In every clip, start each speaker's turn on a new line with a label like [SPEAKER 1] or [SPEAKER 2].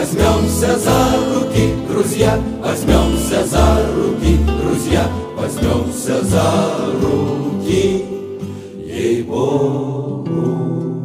[SPEAKER 1] Возьмемся за руки, друзья, возьмемся за руки, друзья, возьмемся за руки, ей-богу.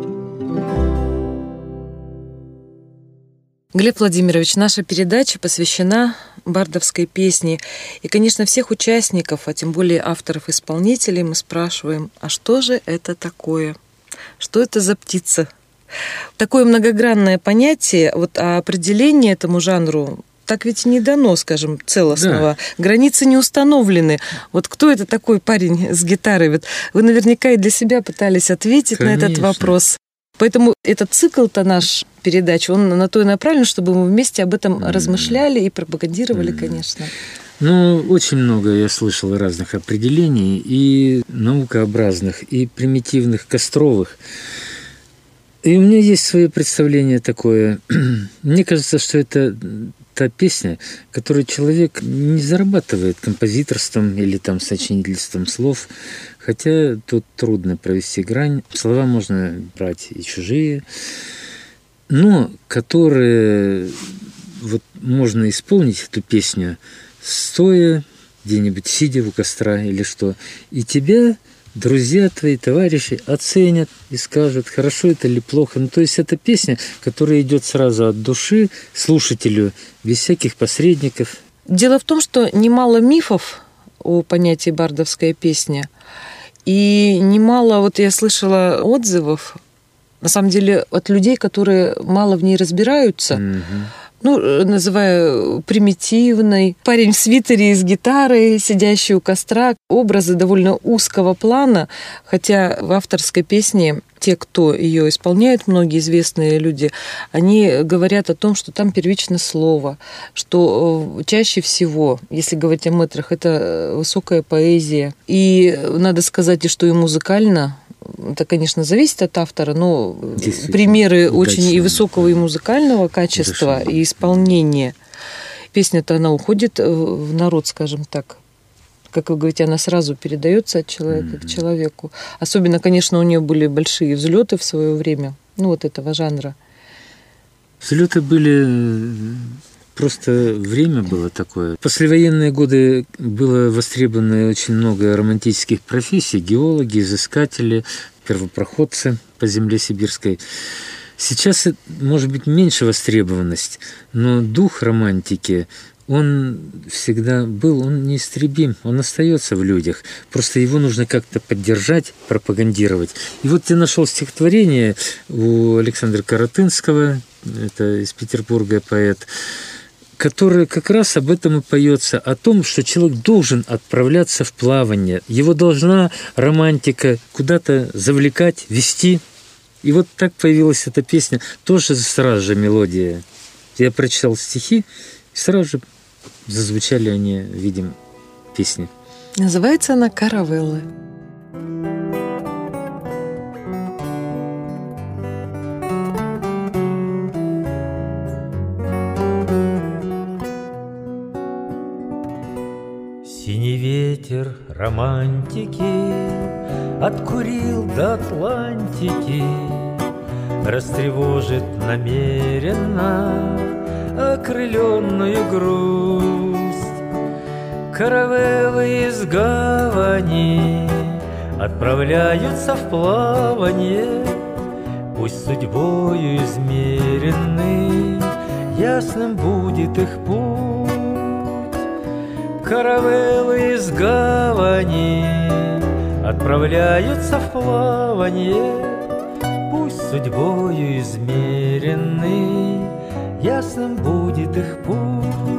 [SPEAKER 2] Глеб Владимирович, наша передача посвящена бардовской песне. И, конечно, всех участников, а тем более авторов-исполнителей, мы спрашиваем, а что же это такое? Что это за птица? Такое многогранное понятие, а определение этому жанру так ведь и не дано, скажем, целостного. Да. Границы не установлены. Кто это такой парень с гитарой? Вы наверняка и для себя пытались ответить, конечно, на этот вопрос. Поэтому этот цикл-то наш передач, он на то и направлен, чтобы мы вместе об этом размышляли и пропагандировали, конечно.
[SPEAKER 3] Очень много я слышал разных определений, и наукообразных, и примитивных, костровых. И у меня есть свое представление такое. Мне кажется, что это та песня, которую человек не зарабатывает композиторством или сочинительством слов, хотя тут трудно провести грань. Слова можно брать и чужие, но которые можно исполнить эту песню, стоя где-нибудь, сидя у костра или что, и тебя друзья твои, товарищи оценят и скажут, хорошо это или плохо. То есть это песня, которая идет сразу от души слушателю, без всяких посредников.
[SPEAKER 2] Дело в том, что немало мифов о понятии бардовская песня, и немало, я слышала отзывов, на самом деле, от людей, которые мало в ней разбираются, называя примитивной. Парень в свитере и с гитарой, сидящий у костра. Образы довольно узкого плана, хотя в авторской песне те, кто ее исполняют, многие известные люди, они говорят о том, что там первично слово, что чаще всего, если говорить о мэтрах, это высокая поэзия. И надо сказать, что и музыкально, это, конечно, зависит от автора, но примеры очень и высокого и музыкального качества, и исполнения. Песня-то она уходит в народ, скажем так. Как вы говорите, она сразу передается от человека к человеку. Особенно, конечно, у нее были большие взлеты в свое время, этого жанра.
[SPEAKER 3] Взлеты были... Просто время было такое. В послевоенные годы было востребовано очень много романтических профессий. Геологи, изыскатели, первопроходцы по земле сибирской. Сейчас, может быть, меньше востребованность, но дух романтики, он всегда был, он неистребим, он остается в людях. Просто его нужно как-то поддержать, пропагандировать. И я нашел стихотворение у Александра Каратынского, это из Петербурга поэт, которое как раз об этом и поется, о том, что человек должен отправляться в плавание. Его должна романтика куда-то завлекать, вести. И так появилась эта песня. Тоже сразу же мелодия. Я прочитал стихи, и сразу же зазвучали они в виде песни.
[SPEAKER 2] Называется она «Каравеллы».
[SPEAKER 4] Синий ветер романтики откурил до Атлантики, растревожит намеренно окрыленную грусть. Каравеллы из гавани отправляются в плавание, пусть судьбою измеренный ясным будет их путь. Каравеллы из гавани отправляются в плавание, пусть судьбою измеренный ясным будет их путь.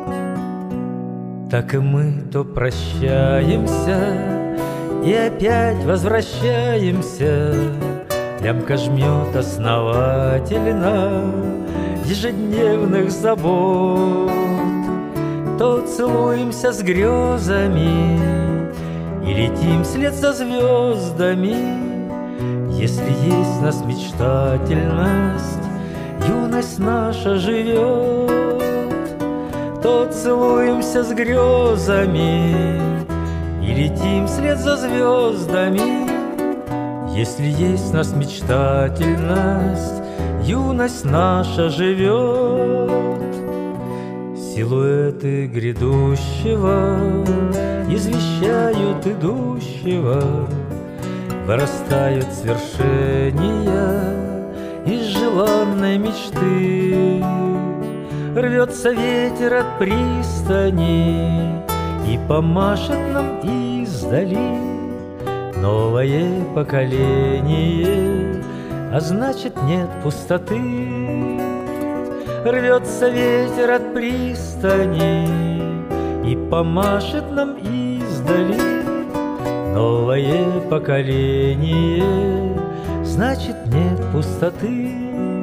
[SPEAKER 4] Так и мы то прощаемся и опять возвращаемся. Лямка жмет основательно ежедневных забот. То целуемся с грезами и летим вслед за звездами. Если есть в нас мечтательность, юность наша живет, то целуемся с грезами и летим вслед за звездами. Если есть в нас мечтательность, юность наша живет. Силуэты грядущего извещают идущего, вырастают свершения из желанной мечты. Рвется ветер от пристани и помашет нам издали новое поколение, а значит нет пустоты. Рвется ветер от пристани и помашет нам издали новое поколение, значит нет пустоты.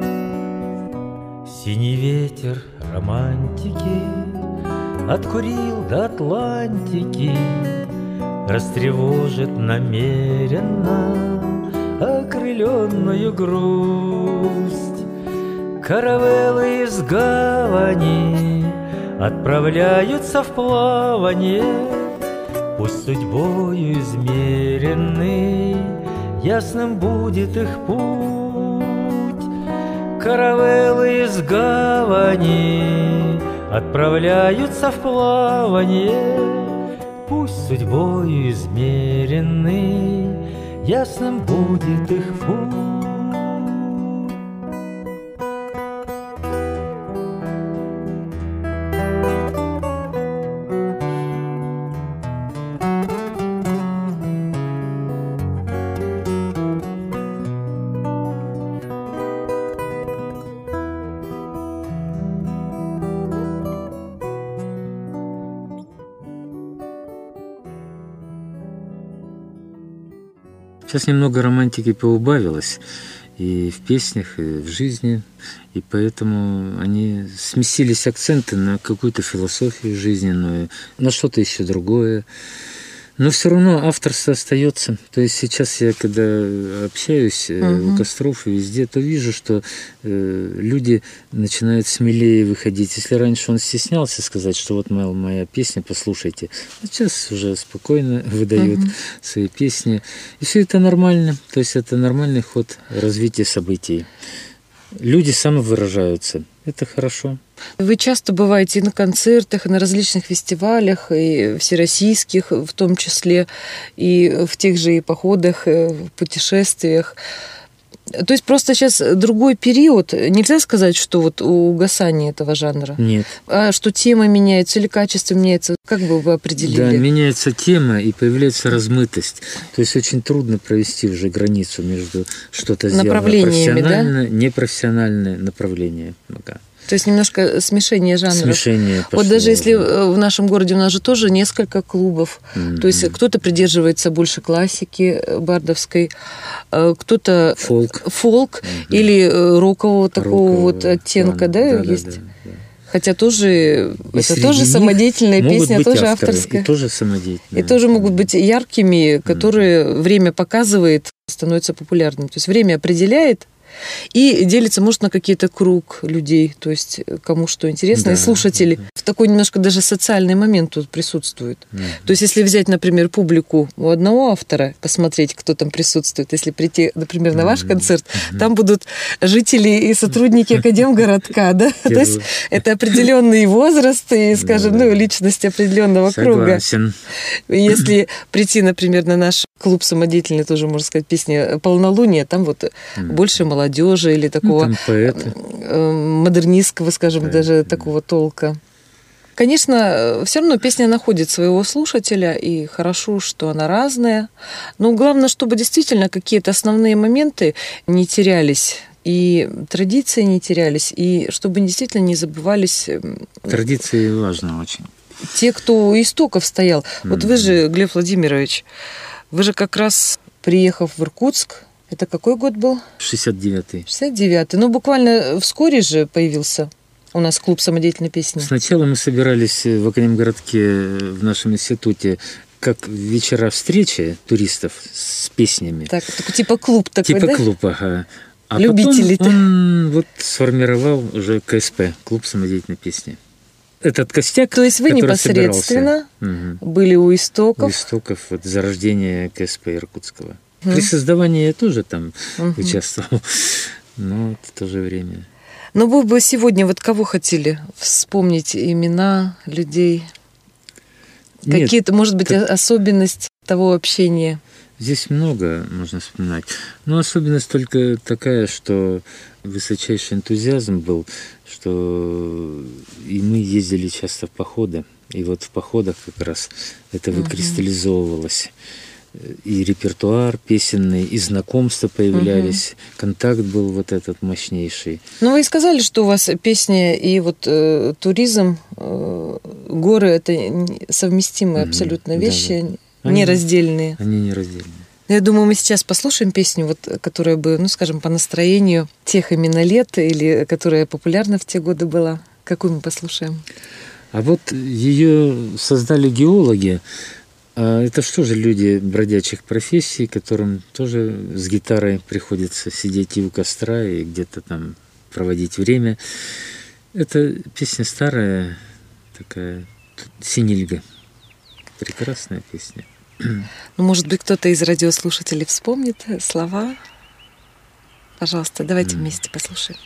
[SPEAKER 4] Синий ветер романтики откурил до Атлантики, растревожит намеренно окрыленную грусть. Каравеллы из гавани отправляются в плавание, пусть судьбою измеренный ясным будет их путь. Каравеллы из гавани отправляются в плавание, пусть судьбою измеренный ясным будет их путь.
[SPEAKER 3] Сейчас немного романтики поубавилось и в песнях, и в жизни, и поэтому они сместились акценты на какую-то философию жизненную, на что-то еще другое. Но все равно авторство остается. То есть сейчас я, когда общаюсь у костров и везде, то вижу, что люди начинают смелее выходить. Если раньше он стеснялся сказать, что вот моя песня, послушайте, а сейчас уже спокойно выдают свои песни. И все это нормально. То есть это нормальный ход развития событий. Люди самовыражаются. Это хорошо.
[SPEAKER 2] Вы часто бываете и на концертах, и на различных фестивалях, и всероссийских в том числе, и в тех же и походах, и в путешествиях. То есть просто сейчас другой период. Нельзя сказать, что вот угасание этого жанра?
[SPEAKER 3] Нет.
[SPEAKER 2] А что тема меняется или качество меняется? Как бы вы определили?
[SPEAKER 3] Да, меняется тема и появляется размытость. То есть очень трудно провести уже границу между что-то сделано профессионально, да? Непрофессиональное направление.
[SPEAKER 2] То есть немножко смешение жанров.
[SPEAKER 3] Смешение пошло,
[SPEAKER 2] вот даже если в нашем городе у нас же тоже несколько клубов. То есть кто-то придерживается больше классики бардовской, кто-то фолк или рокового такого вот оттенка, да, есть? Да. Хотя тоже и это тоже самодеятельная песня, тоже авторская.
[SPEAKER 3] И тоже самодеятельная.
[SPEAKER 2] И тоже могут быть яркими, которые время показывает, становятся популярными. То есть время определяет, и делится, может, на какие-то круг людей, то есть кому что интересно, да, и слушатели. В такой немножко даже социальный момент тут присутствует. То есть если взять, например, публику у одного автора, посмотреть, кто там присутствует, если прийти, например, на ваш концерт, там будут жители и сотрудники Академгородка, да? То есть это определенный возраст и, скажем, личность определенного круга. Если прийти, например, на наш клуб самодеятельный, тоже, можно сказать, песни «Полнолуние», там вот больше молодежи или такого модернистского, скажем, даже такого толка. Конечно, все равно песня находит своего слушателя, и хорошо, что она разная. Но главное, чтобы действительно какие-то основные моменты не терялись, и традиции не терялись, и чтобы действительно не забывались...
[SPEAKER 3] Традиции важно очень.
[SPEAKER 2] Те, кто у истоков стоял. Вот вы же, Глеб Владимирович, вы же как раз, приехав в Иркутск, это какой год был?
[SPEAKER 3] 69-й.
[SPEAKER 2] 69-й. Ну, буквально вскоре же появился у нас клуб самодеятельной песни.
[SPEAKER 3] Сначала мы собирались в Академгородке, в нашем институте, как вечера встречи туристов с песнями.
[SPEAKER 2] Так, типа клуб такой,
[SPEAKER 3] типа
[SPEAKER 2] да?
[SPEAKER 3] Клуб, ага. А
[SPEAKER 2] любители.
[SPEAKER 3] Потом он вот сформировал уже КСП, клуб самодеятельной песни. Этот костяк,
[SPEAKER 2] то есть вы непосредственно были у истоков?
[SPEAKER 3] У истоков вот, зарождения КСП Иркутского. При создавании я тоже там участвовал, но в то же время.
[SPEAKER 2] Но вы бы сегодня вот кого хотели вспомнить, имена людей?
[SPEAKER 3] Нет,
[SPEAKER 2] какие-то, может быть, особенность того общения?
[SPEAKER 3] Здесь много можно вспоминать. Но особенность только такая, что высочайший энтузиазм был, что и мы ездили часто в походы. И вот в походах как раз это выкристаллизовывалось. И репертуар песенный, и знакомства появлялись, контакт был вот этот мощнейший.
[SPEAKER 2] Ну, вы и сказали, что у вас песня и вот туризм, горы – это совместимые абсолютно вещи,
[SPEAKER 3] да.
[SPEAKER 2] нераздельные.
[SPEAKER 3] Они нераздельные.
[SPEAKER 2] Я думаю, мы сейчас послушаем песню, вот, которая бы, ну, скажем, по настроению тех именно лет, или которая популярна в те годы была. Какую мы послушаем?
[SPEAKER 3] А вот ее создали геологи. А это что же люди бродячих профессий, которым тоже с гитарой приходится сидеть и у костра, и где-то там проводить время. Это песня старая, такая «Синильга». Прекрасная песня.
[SPEAKER 2] Ну, может быть, кто-то из радиослушателей вспомнит слова. Пожалуйста, давайте вместе послушаем.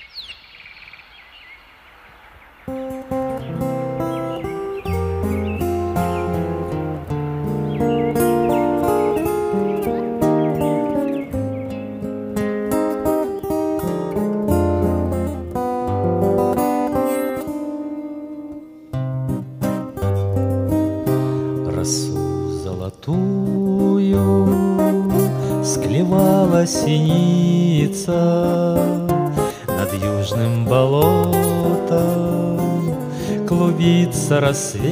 [SPEAKER 4] Склевала синица над южным болотом, клубится рассвет,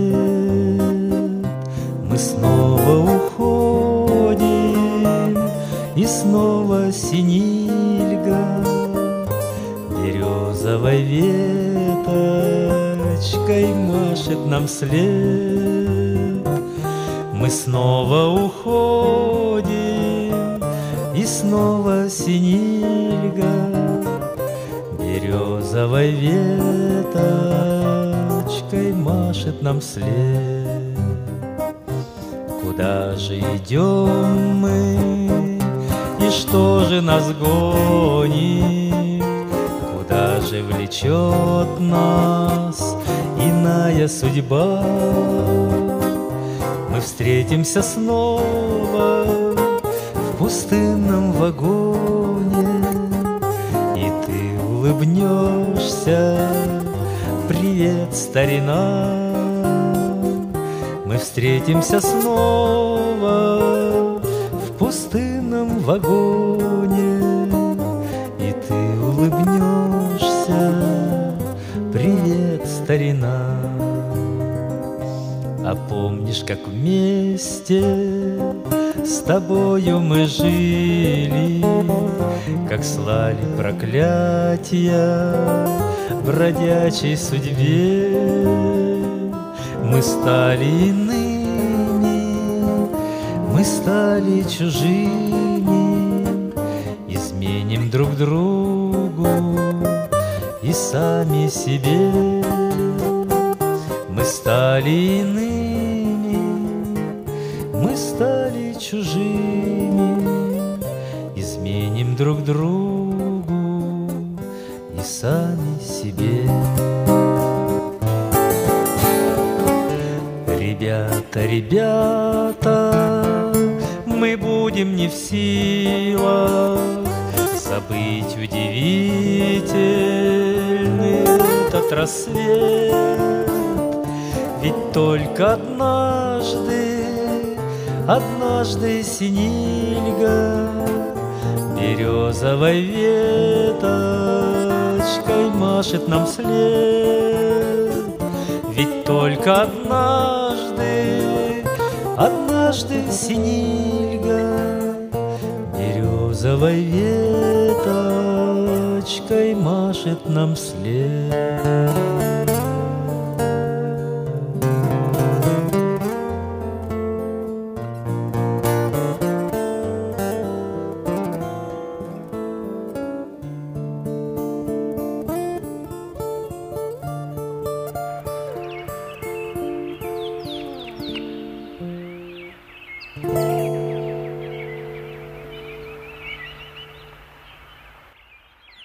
[SPEAKER 4] мы снова уходим, и снова синильга березовой веточкой машет нам вслед. Мы снова уходим, и снова синильга березовой веточкой машет нам вслед. Куда же идем мы, и что же нас гонит? Куда же влечет нас иная судьба? Мы встретимся снова в пустынном вагоне, и ты улыбнешься: привет, старина. Мы встретимся снова в пустынном вагоне, и ты улыбнешься: привет, старина. А помнишь, как вместе с тобою мы жили, как слали проклятия бродячей судьбе? Мы стали иными, мы стали чужими, изменим друг другу и сами себе. Мы стали иными, мы стали чужими, изменим друг другу и сами себе. Ребята, ребята, мы будем не в силах забыть удивительный этот рассвет. Ведь только однажды синильга березовой веточкой машет нам вслед. Ведь только однажды синильга березовой веточкой машет нам вслед.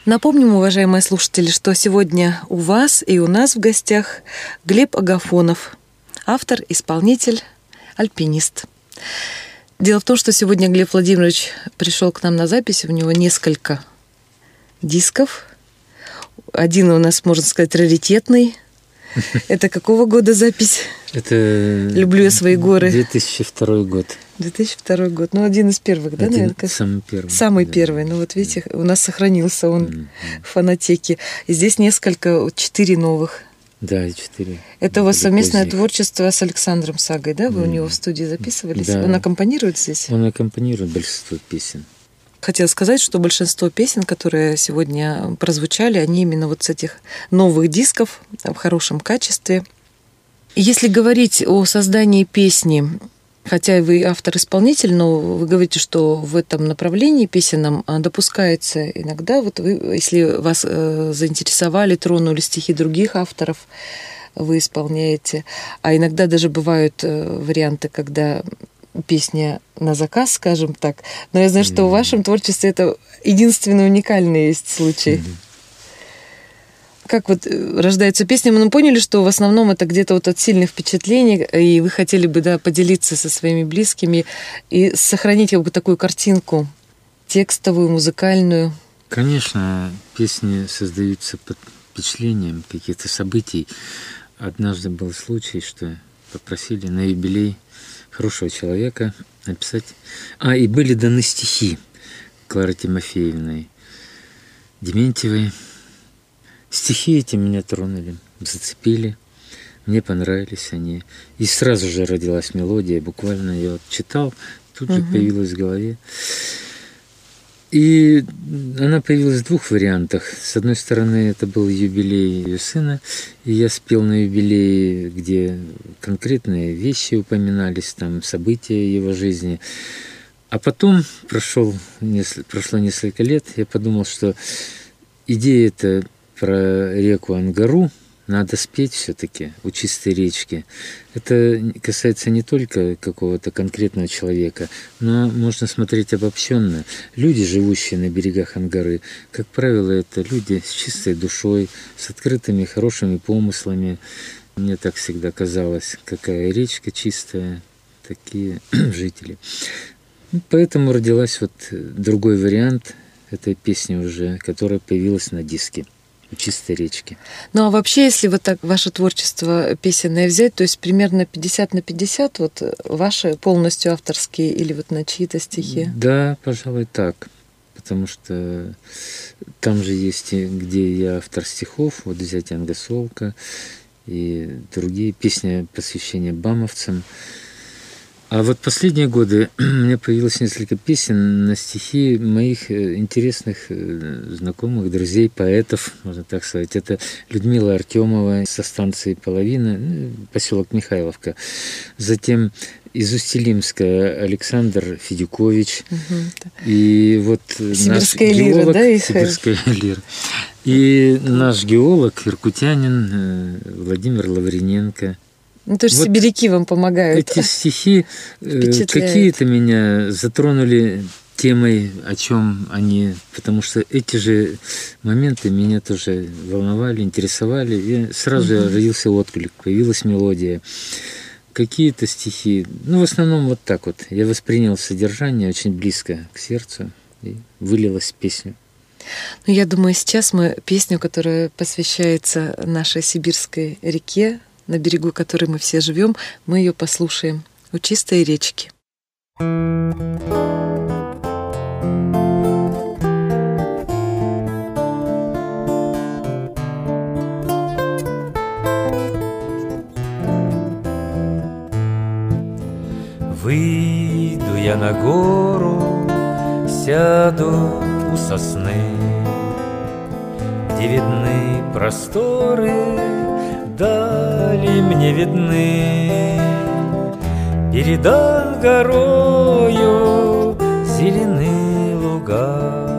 [SPEAKER 2] Напомним, уважаемые слушатели, что сегодня у вас и у нас в гостях Глеб Агафонов, автор, исполнитель, альпинист. Дело в том, что сегодня Глеб Владимирович пришел к нам на запись, у него несколько дисков. Один у нас, можно сказать, раритетный. Это какого года запись?
[SPEAKER 3] Это
[SPEAKER 2] «Люблю я свои горы».
[SPEAKER 3] 2002 год.
[SPEAKER 2] 2002 год. Ну, один из первых, да, наверное?
[SPEAKER 3] Самый первый.
[SPEAKER 2] Самый первый. Ну, вот видите, у нас сохранился он в фонотеке. И здесь 4 новых.
[SPEAKER 3] Да, 4.
[SPEAKER 2] Это у вас совместное творчество с Александром Сагой, да? Вы у него в студии записывались?
[SPEAKER 3] Да.
[SPEAKER 2] Он аккомпанирует здесь?
[SPEAKER 3] Он аккомпанирует большинство песен.
[SPEAKER 2] Хотела сказать, что большинство песен, которые сегодня прозвучали, они именно вот с этих новых дисков в хорошем качестве. Если говорить о создании песни, хотя вы автор-исполнитель, но вы говорите, что в этом направлении песенном допускается иногда, вот вы, если вас заинтересовали, тронули стихи других авторов, вы исполняете, а иногда даже бывают варианты, когда песня на заказ, скажем так. Но я знаю, что в вашем творчестве это единственный уникальный есть случай. Как вот рождаются песни? Мы поняли, что в основном это где-то вот от сильных впечатлений, и вы хотели бы, да, поделиться со своими близкими и сохранить как бы такую картинку текстовую, музыкальную.
[SPEAKER 3] Конечно, песни создаются под впечатлением каких-то событий. Однажды был случай, что попросили на юбилей хорошего человека написать. И были даны стихи Клары Тимофеевной Дементьевой. Стихи эти меня тронули, зацепили, мне понравились они. И сразу же родилась мелодия, буквально я вот читал, тут же появилась в голове. И она появилась в двух вариантах. С одной стороны, это был юбилей ее сына, и я спел на юбилее, где конкретные вещи упоминались, там события его жизни. А потом прошло несколько лет, я подумал, что идея эта про реку Ангару надо спеть все-таки у чистой речки. Это касается не только какого-то конкретного человека, но можно смотреть обобщенно. Люди, живущие на берегах Ангары, как правило, это люди с чистой душой, с открытыми хорошими помыслами. Мне так всегда казалось, какая речка чистая, такие жители. Поэтому родилась вот другой вариант этой песни уже, которая появилась на диске у чистой речки.
[SPEAKER 2] Ну а вообще, если вот так ваше творчество песенное взять, то есть примерно 50/50 вот ваши полностью авторские или вот на чьи-то стихи?
[SPEAKER 3] Да, пожалуй, так. Потому что там же есть, где я автор стихов, вот взять Ангосолка и другие песни посвящения бамовцам. А вот последние годы у меня появилось несколько песен на стихи моих интересных знакомых, друзей, поэтов, можно так сказать. Это Людмила Артемова со станции Половина, поселок Михайловка. Затем из Усть-Илимска Александр Федюкович. И вот
[SPEAKER 2] Сибирская
[SPEAKER 3] наш
[SPEAKER 2] лира,
[SPEAKER 3] геолог,
[SPEAKER 2] да,
[SPEAKER 3] Сибирская лира. И наш геолог, иркутянин Владимир Лавриненко.
[SPEAKER 2] Ну, то есть вот сибиряки вам помогают.
[SPEAKER 3] Эти стихи какие-то меня затронули темой, о чем они, потому что эти же моменты меня тоже волновали, интересовали. И сразу же родился отклик, появилась мелодия. Какие-то стихи, в основном вот так вот. Я воспринял содержание очень близко к сердцу и вылилось в песню.
[SPEAKER 2] Ну, я думаю, сейчас мы песню, которая посвящается нашей сибирской реке, на берегу которой мы все живем, мы ее послушаем у чистой речки.
[SPEAKER 4] Выйду я на гору, сяду у сосны, где видны просторы, дали мне видны. Перед Ангарою зелены луга,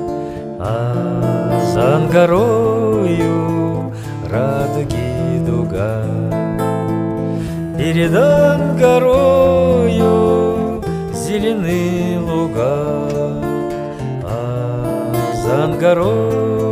[SPEAKER 4] а за Ангарою радуги дуга. Перед Ангарою зелены луга, а за Ангарою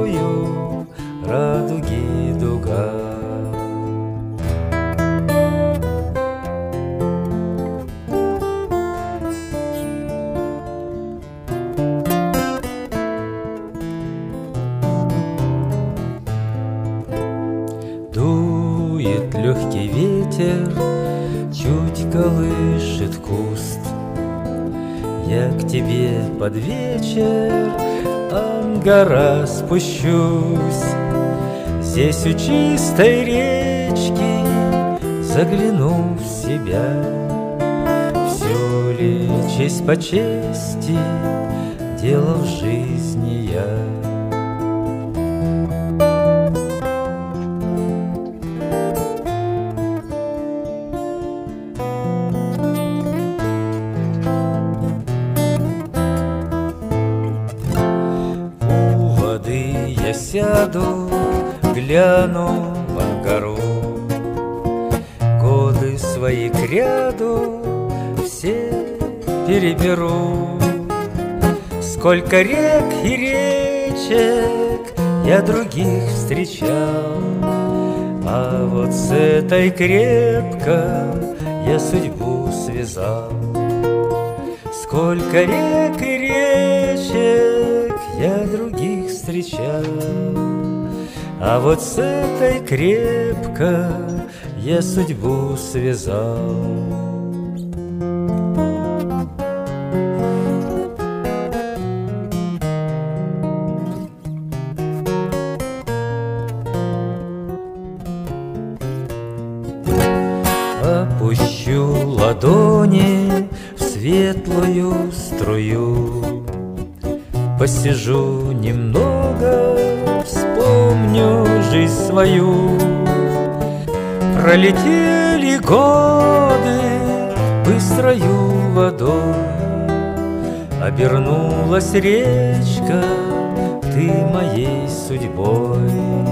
[SPEAKER 4] ветер чуть колышет куст. Я к тебе под вечер ангара спущусь. Здесь у чистой речки загляну в себя. Все ли честь по чести делал в жизни я? Сяду, гляну в ангару, годы свои к ряду все переберу. Сколько рек и речек я других встречал, а вот с этой крепко я судьбу связал. Сколько рек и речек я других встречал, а вот с этой крепко я судьбу связал. Опущу ладони в светлую струю, посижу немного, вспомню жизнь свою. Пролетели годы быстрою водой, обернулась речка, ты моей судьбой.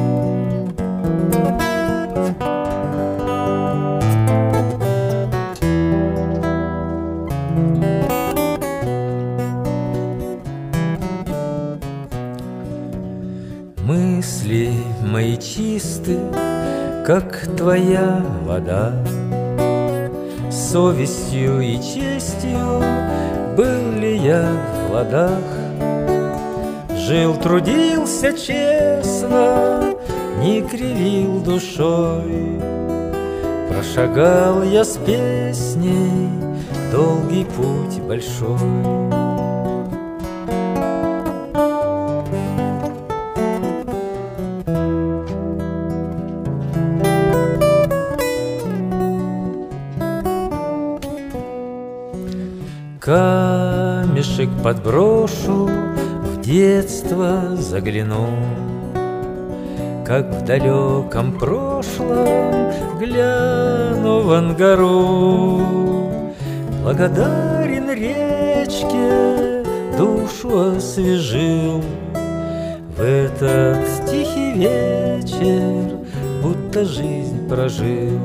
[SPEAKER 4] Мысли мои чисты, как твоя вода. Совестью и честью был ли я в ладах? Жил, трудился честно, не кривил душой. Прошагал я с песней долгий путь большой. Камешек подброшу, в детство загляну, как в далеком прошлом гляну в ангару. Благодарен речке, душу освежил в этот тихий вечер, будто жизнь прожил.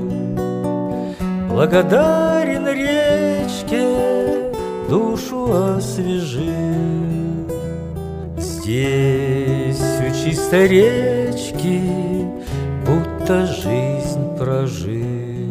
[SPEAKER 4] Благодарен речке, душу освежил. Здесь у чистой речки будто жизнь прожил.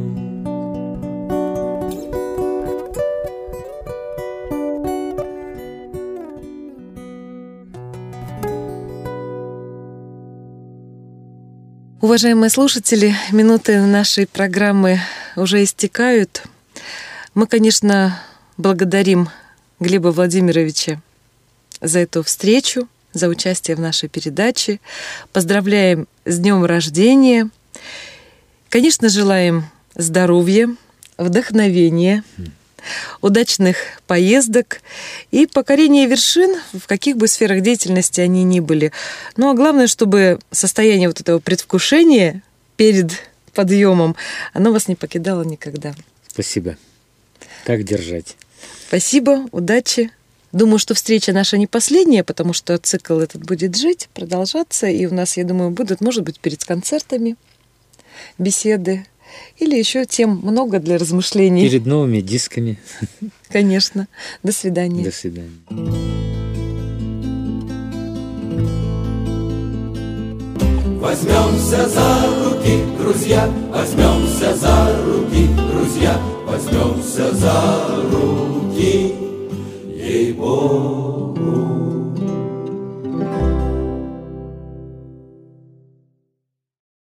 [SPEAKER 2] Уважаемые слушатели, минуты нашей программы уже истекают. Мы, конечно, благодарим Глеба Владимировича за эту встречу, за участие в нашей передаче. Поздравляем с днем рождения. Конечно, желаем здоровья, вдохновения, удачных поездок и покорения вершин, в каких бы сферах деятельности они ни были. Ну а главное, чтобы состояние вот этого предвкушения перед подъемом, оно вас не покидало никогда.
[SPEAKER 3] Спасибо. Так держать.
[SPEAKER 2] Спасибо, удачи. Думаю, что встреча наша не последняя, потому что цикл этот будет жить, продолжаться. И у нас, я думаю, будут, может быть, перед концертами беседы. Или еще тем много для размышлений.
[SPEAKER 3] Перед новыми дисками.
[SPEAKER 2] Конечно. До свидания.
[SPEAKER 3] До свидания.
[SPEAKER 1] Возьмемся за руки, друзья, возьмемся за руки, друзья, возьмемся за руки, ей-богу.